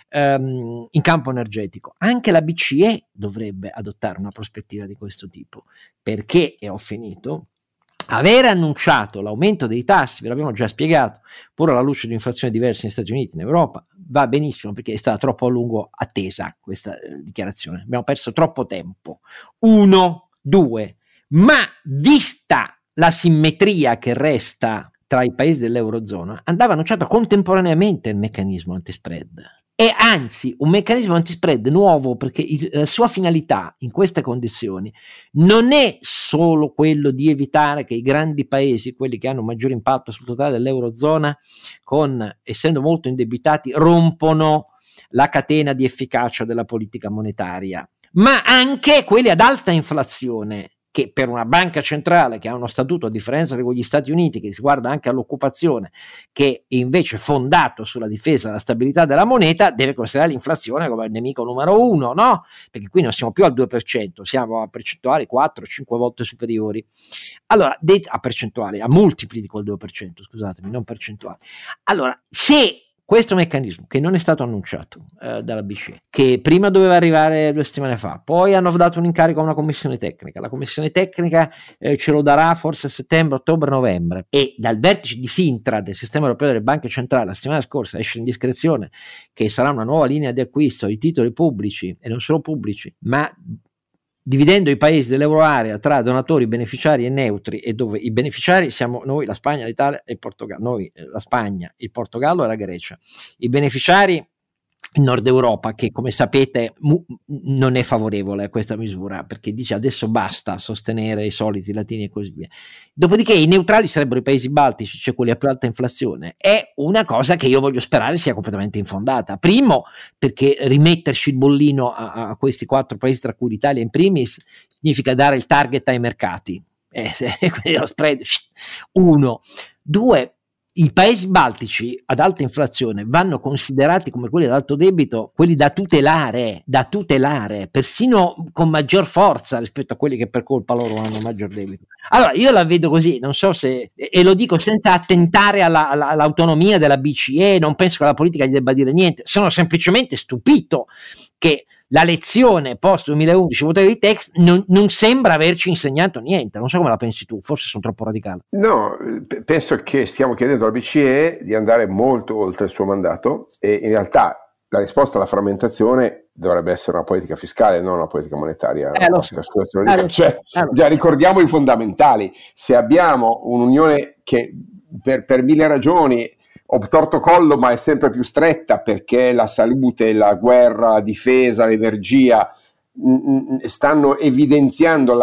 A: in campo energetico, anche la BCE dovrebbe adottare una prospettiva di questo tipo, perché, e ho finito, avere annunciato l'aumento dei tassi, ve l'abbiamo già spiegato, pure alla luce di inflazioni diverse negli Stati Uniti e in Europa, va benissimo, perché è stata troppo a lungo attesa questa dichiarazione, abbiamo perso troppo tempo. 1, 2, ma vista la simmetria che resta tra i paesi dell'Eurozona, andava annunciato contemporaneamente il meccanismo antispread, e anzi un meccanismo antispread nuovo, perché la sua finalità in queste condizioni non è solo quello di evitare che i grandi paesi, quelli che hanno un maggiore impatto sul totale dell'Eurozona, essendo molto indebitati, rompono la catena di efficacia della politica monetaria, ma anche quelli ad alta inflazione che per una banca centrale che ha uno statuto, a differenza di quegli Stati Uniti, che si guarda anche all'occupazione, che è invece fondato sulla difesa della stabilità della moneta, deve considerare l'inflazione come il nemico numero uno, no? Perché qui non siamo più al 2%, siamo a percentuali 4-5 volte superiori. Allora, a percentuali, a multipli di quel 2%, scusatemi, non percentuali. Allora, se questo meccanismo, che non è stato annunciato dalla BCE, che prima doveva arrivare 2 settimane fa, poi hanno dato un incarico a una commissione tecnica, la commissione tecnica ce lo darà forse a settembre, ottobre, novembre, e dal vertice di Sintra, del sistema europeo delle banche centrali, la settimana scorsa esce in discrezione che sarà una nuova linea di acquisto di titoli pubblici, e non solo pubblici, ma dividendo i paesi dell'euroarea tra donatori, beneficiari e neutri, e dove i beneficiari siamo noi, la Spagna, l'Italia e il Portogallo, noi la Spagna, il Portogallo e la Grecia, i beneficiari in Nord Europa, che come sapete non è favorevole a questa misura, perché dice adesso basta sostenere i soliti latini e così via. Dopodiché i neutrali sarebbero i paesi baltici, cioè quelli a più alta inflazione. È una cosa che io voglio sperare sia completamente infondata. Primo, perché rimetterci il bollino a questi 4 paesi, tra cui l'Italia in primis, significa dare il target ai mercati. Quindi lo spread, 1. 2, i paesi baltici ad alta inflazione vanno considerati come quelli ad alto debito, quelli da tutelare, persino con maggior forza rispetto a quelli che per colpa loro hanno maggior debito. Allora io la vedo così, non so se, e lo dico senza attentare all'autonomia della BCE, non penso che la politica gli debba dire niente, sono semplicemente stupito che la lezione post 2011 votazione di text non sembra averci insegnato niente. Non so come la pensi tu, forse sono troppo radicale.
B: No, penso che stiamo chiedendo alla BCE di andare molto oltre il suo mandato, e in realtà la risposta alla frammentazione dovrebbe essere una politica fiscale, non una politica monetaria. Già ricordiamo i fondamentali. Se abbiamo un'unione che per mille ragioni obtorto collo, ma è sempre più stretta, perché la salute, la guerra, la difesa, l'energia stanno evidenziando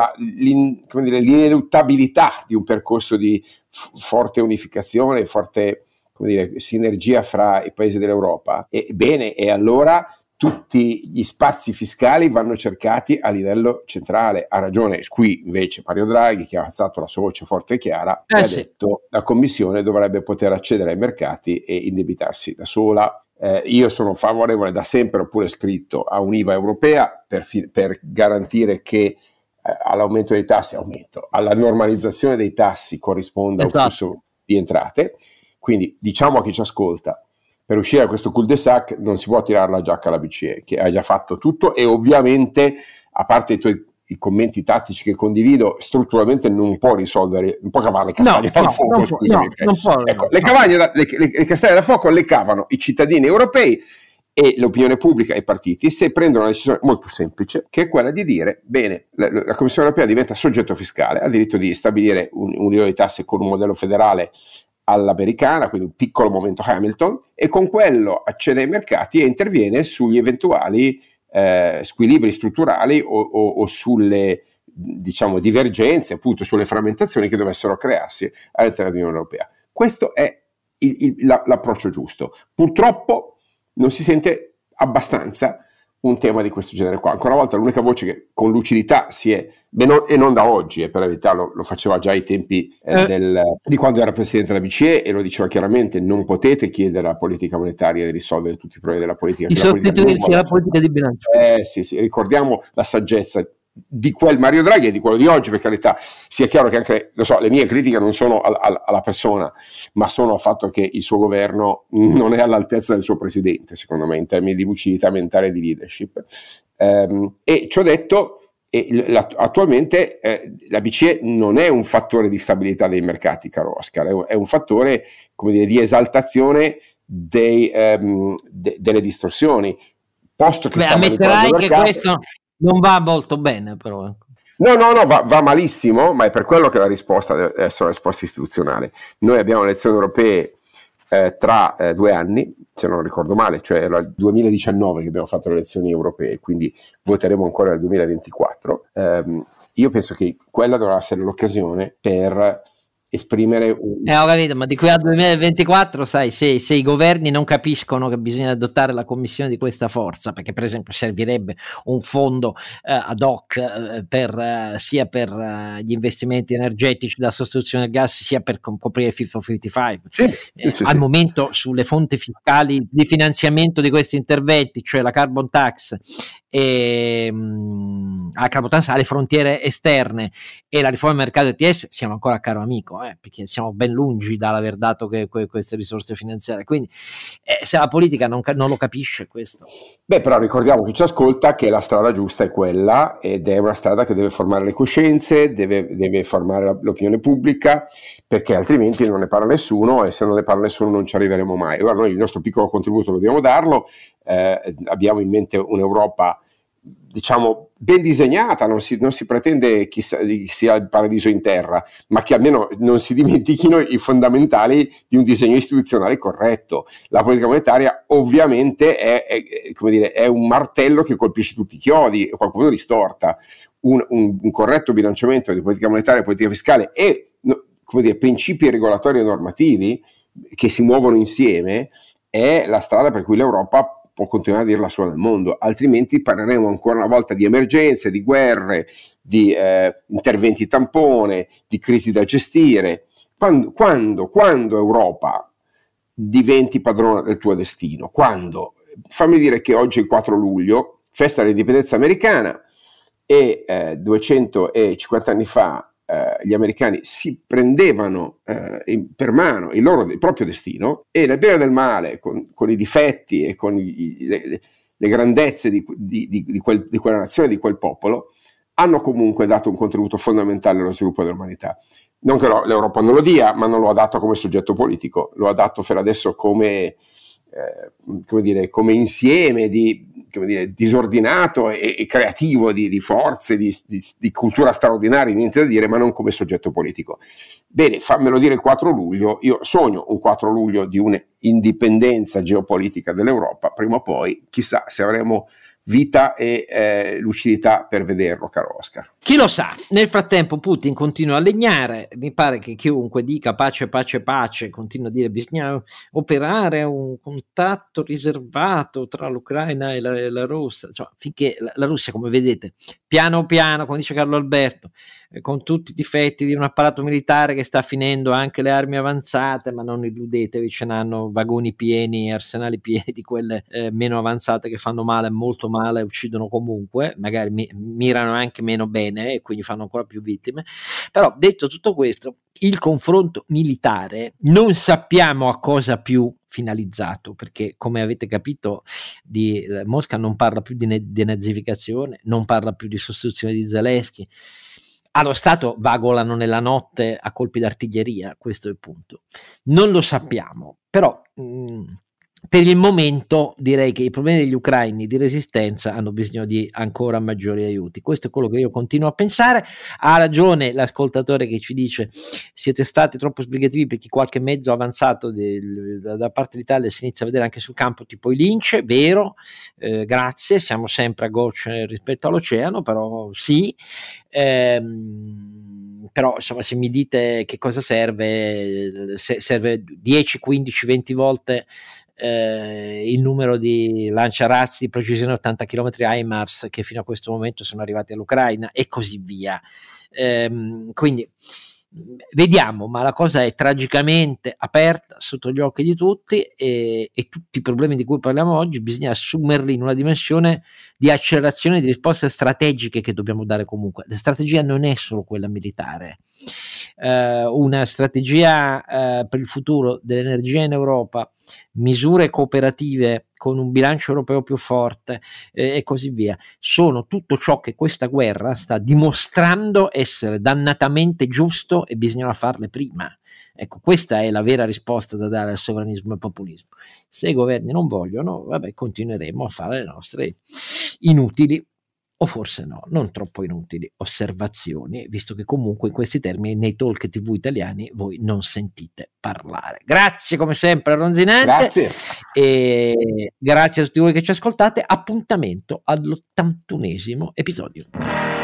B: l'ineluttabilità di un percorso di forte unificazione, forte sinergia fra i paesi dell'Europa. Ebbene, e allora tutti gli spazi fiscali vanno cercati a livello centrale. Ha ragione qui invece Mario Draghi, che ha alzato la sua voce forte e chiara e ha detto la Commissione dovrebbe poter accedere ai mercati e indebitarsi da sola. Io sono favorevole da sempre, ho pure scritto, a un'IVA europea per garantire che all'aumento dei tassi, alla normalizzazione dei tassi corrisponda un flusso di entrate. Quindi diciamo a chi ci ascolta, per uscire da questo cul-de-sac non si può tirare la giacca alla BCE, che ha già fatto tutto, e ovviamente, a parte i commenti tattici che condivido, strutturalmente non può risolvere, non può cavare le castagne dal fuoco, scusami. Le castagne dal fuoco le cavano i cittadini europei e l'opinione pubblica e i partiti, se prendono una decisione molto semplice, che è quella di dire, bene, la Commissione europea diventa soggetto fiscale, ha diritto di stabilire un livello di tasse con un modello federale all'americana, quindi un piccolo momento Hamilton, e con quello accede ai mercati e interviene sugli eventuali squilibri strutturali o sulle, diciamo, divergenze, appunto sulle frammentazioni che dovessero crearsi all'interno dell'Unione Europea. Questo è l'approccio giusto. Purtroppo non si sente abbastanza un tema di questo genere qua. Ancora una volta l'unica voce che con lucidità si è, e non da oggi, per la verità lo faceva già ai tempi di quando era presidente della BCE, e lo diceva chiaramente: non potete chiedere alla politica monetaria di risolvere tutti i problemi della politica,
A: di sostituirsi alla politica di bilancio.
B: Sì, ricordiamo la saggezza di quel Mario Draghi e di quello di oggi, per carità. Sia chiaro che anche, le mie critiche non sono alla persona, ma sono al fatto che il suo governo non è all'altezza del suo presidente, secondo me, in termini di lucidità mentale e di leadership. E ciò detto, attualmente la BCE non è un fattore di stabilità dei mercati, caro Oscar, è un fattore, come dire, di esaltazione delle distorsioni, posto che sta manipolando il mercato.
A: Questo non va molto bene, però.
B: No, va malissimo, ma è per quello che la risposta deve essere una risposta istituzionale. Noi abbiamo le elezioni europee tra 2 anni, se non ricordo male, cioè era il 2019 che abbiamo fatto le elezioni europee, quindi voteremo ancora nel 2024. Io penso che quella dovrà essere l'occasione per esprimere
A: ho capito, ma di qui al 2024, sai, se i governi non capiscono che bisogna adottare la commissione di questa forza, perché per esempio servirebbe un fondo ad hoc sia per gli investimenti energetici da sostituzione del gas, sia per coprire il Fit for 55. Al momento sulle fonti fiscali di finanziamento di questi interventi, cioè la carbon tax e la carbon tax alle frontiere esterne e la riforma del mercato ETS, siamo ancora caro amico, perché siamo ben lungi dall'aver dato queste risorse finanziarie, quindi se la politica non lo capisce questo.
B: Beh, però ricordiamo chi ci ascolta che la strada giusta è quella, ed è una strada che deve formare le coscienze, deve formare l'opinione pubblica, perché altrimenti non ne parla nessuno, e se non ne parla nessuno non ci arriveremo mai. Allora noi il nostro piccolo contributo dobbiamo darlo, abbiamo in mente un'Europa, diciamo, ben disegnata, non si pretende che sia il paradiso in terra, ma che almeno non si dimentichino i fondamentali di un disegno istituzionale corretto. La politica monetaria ovviamente è un martello che colpisce tutti i chiodi, qualcuno ristorta. Un corretto bilanciamento di politica monetaria e politica fiscale e principi regolatori e normativi che si muovono insieme è la strada per cui l'Europa può continuare a dire la sua nel mondo, altrimenti parleremo ancora una volta di emergenze, di guerre, di interventi tampone, di crisi da gestire. Quando Europa diventi padrona del tuo destino? Quando? Fammi dire che oggi è il 4 luglio, festa dell'indipendenza americana, e 250 anni fa gli americani si prendevano per mano il proprio destino, e nel bene e nel male, con i difetti e con le grandezze di quella nazione, di quel popolo, hanno comunque dato un contributo fondamentale allo sviluppo dell'umanità. Non che l'Europa non lo dia, ma non lo ha dato come soggetto politico, lo ha dato per adesso come insieme disordinato e creativo di forze, di cultura straordinaria, niente da dire, ma non come soggetto politico. Bene, fammelo dire il 4 luglio, io sogno un 4 luglio di un'indipendenza geopolitica dell'Europa, prima o poi, chissà se avremo vita e lucidità per vederlo, caro Oscar.
A: Chi lo sa? Nel frattempo Putin continua a legnare, mi pare che chiunque dica pace, continua a dire bisogna operare un contatto riservato tra l'Ucraina e la Russia, cioè, finché la Russia, come vedete, piano piano, come dice Carlo Alberto, con tutti i difetti di un apparato militare che sta finendo anche le armi avanzate, ma non illudetevi, ce n'hanno vagoni pieni, arsenali pieni di quelle meno avanzate che fanno male, molto male, uccidono comunque, magari mirano anche meno bene e quindi fanno ancora più vittime. Però detto tutto questo, il confronto militare non sappiamo a cosa più finalizzato, perché come avete capito Mosca non parla più di denazificazione, non parla più di sostituzione di Zelensky. Allo Stato vagolano nella notte a colpi d'artiglieria, questo è il punto. Non lo sappiamo, però per il momento direi che i problemi degli ucraini di resistenza hanno bisogno di ancora maggiori aiuti. Questo è quello che io continuo a pensare. Ha ragione l'ascoltatore che ci dice siete stati troppo sbrigativi perché qualche mezzo avanzato da parte d'Italia si inizia a vedere anche sul campo, tipo i Lince, vero, grazie, siamo sempre a gocce rispetto all'oceano, però sì. Però insomma, se mi dite che cosa serve 10, 15, 20 volte il numero di lanciarazzi di precisione 80 km HIMARS che fino a questo momento sono arrivati all'Ucraina e così via, quindi vediamo, ma la cosa è tragicamente aperta sotto gli occhi di tutti, e tutti i problemi di cui parliamo oggi bisogna assumerli in una dimensione di accelerazione di risposte strategiche che dobbiamo dare comunque. La strategia non è solo quella militare, una strategia per il futuro dell'energia in Europa, misure cooperative con un bilancio europeo più forte e così via, sono tutto ciò che questa guerra sta dimostrando essere dannatamente giusto e bisogna farle prima. Ecco, questa è la vera risposta da dare al sovranismo e al populismo. Se i governi non vogliono, vabbè, continueremo a fare le nostre inutili, o forse no, non troppo inutili, osservazioni, visto che comunque in questi termini nei talk TV italiani voi non sentite parlare. Grazie come sempre a Ronzinante.
B: Grazie.
A: E grazie a tutti voi che ci ascoltate. Appuntamento all'81esimo episodio.